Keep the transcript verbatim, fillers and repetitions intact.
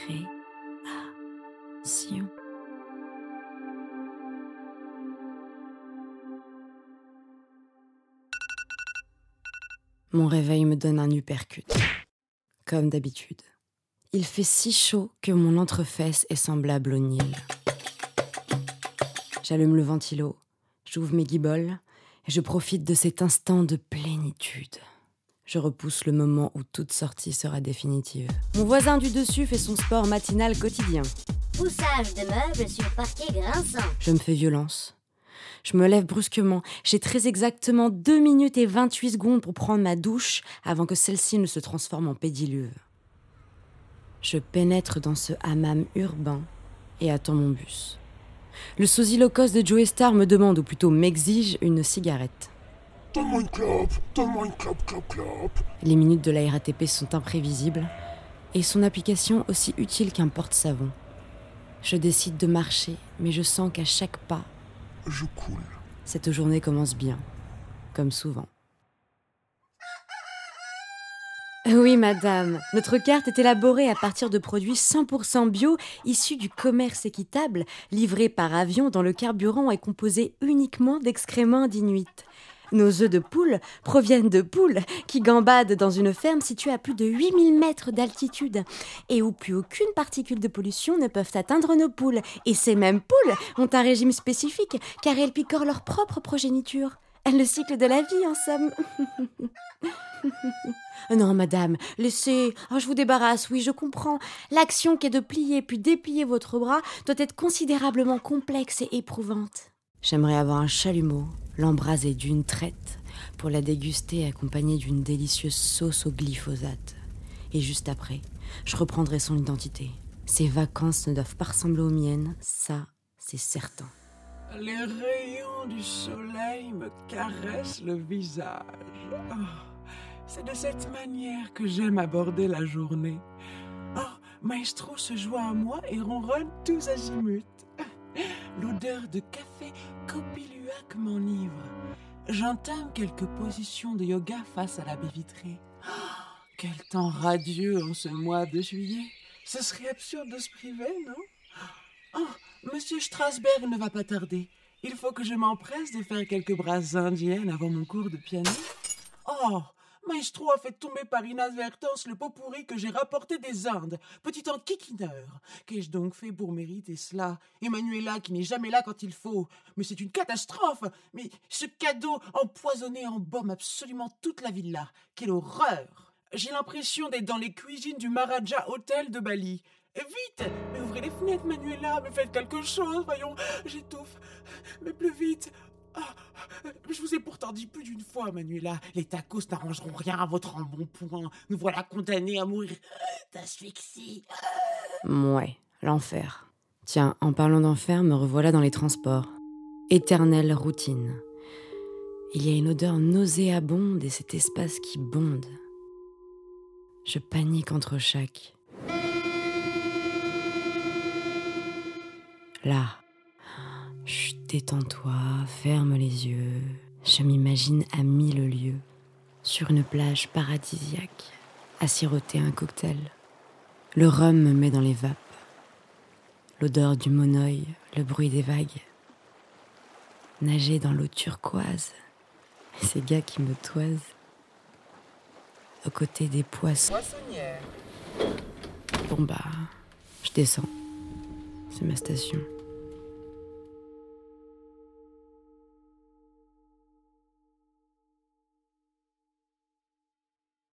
création. Mon réveil me donne un uppercut, comme d'habitude. Il fait si chaud que mon entrefesse est semblable au Nil. J'allume le ventilo, j'ouvre mes guiboles et je profite de cet instant de plénitude. Je repousse le moment où toute sortie sera définitive. Mon voisin du dessus fait son sport matinal quotidien. Poussage de meubles sur parquet grinçant. Je me fais violence. Je me lève brusquement. J'ai très exactement deux minutes et vingt-huit secondes pour prendre ma douche avant que celle-ci ne se transforme en pédiluve. Je pénètre dans ce hammam urbain et attends mon bus. Le sosie low cost de Joey Star me demande, ou plutôt m'exige, une cigarette. Donne-moi une clope, donne-moi une clope, clope, clope. Les minutes de la R A T P sont imprévisibles et son application aussi utile qu'un porte-savon. Je décide de marcher, mais je sens qu'à chaque pas, je coule. Cette journée commence bien, comme souvent. Oui, madame. Notre carte est élaborée à partir de produits cent pour cent bio, issus du commerce équitable, livrés par avion dont le carburant est composé uniquement d'excréments d'Inuits. Nos œufs de poule proviennent de poules qui gambadent dans une ferme située à plus de huit mille mètres d'altitude et où plus aucune particule de pollution ne peuvent atteindre nos poules. Et ces mêmes poules ont un régime spécifique car elles picorent leur propre progéniture. Le cycle de la vie, en somme. Non, madame, laissez. Oh, je vous débarrasse, oui, je comprends. L'action qui est de plier puis déplier votre bras doit être considérablement complexe et éprouvante. J'aimerais avoir un chalumeau, l'embraser d'une traite, pour la déguster accompagnée d'une délicieuse sauce au glyphosate. Et juste après, je reprendrai son identité. Ses vacances ne doivent pas ressembler aux miennes, ça, c'est certain. Les rayons du soleil me caressent le visage. Oh, c'est de cette manière que j'aime aborder la journée. Oh, Maestro se joint à moi et ronronne tous azimuts. L'odeur de café copiluaque m'enivre. J'entame quelques positions de yoga face à la baie vitrée. Oh, quel temps radieux en ce mois de juillet. Ce serait absurde de se priver, non? Oh, Monsieur Strasberg ne va pas tarder. Il faut que je m'empresse de faire quelques brasses indiennes avant mon cours de piano. Oh, Maestro a fait tomber par inadvertance le pot pourri que j'ai rapporté des Indes. Petit enquiquineur. Qu'ai-je donc fait pour mériter cela? Emmanuela qui n'est jamais là quand il faut. Mais c'est une catastrophe. Mais ce cadeau empoisonné embaume absolument toute la villa. Quelle horreur! J'ai l'impression d'être dans les cuisines du Maharaja Hotel de Bali. Vite! Mais ouvrez les fenêtres, Manuela, mais faites quelque chose, voyons, j'étouffe. Mais plus vite. Ah, je vous ai pourtant dit plus d'une fois, Manuela, les tacos n'arrangeront rien à votre embonpoint. Nous voilà condamnés à mourir d'asphyxie. Ouais, l'enfer. Tiens, en parlant d'enfer, me revoilà dans les transports. Éternelle routine. Il y a une odeur nauséabonde et cet espace qui bonde. Je panique entre chaque. Là. Chut, détends-toi, ferme les yeux. Je m'imagine à mille lieues, sur une plage paradisiaque, à siroter un cocktail. Le rhum me met dans les vapes. L'odeur du monoeil, le bruit des vagues. Nager dans l'eau turquoise. Et ces gars qui me toisent. Aux côtés des poissons. Poissonnière. Bon bah, je descends. C'est ma station.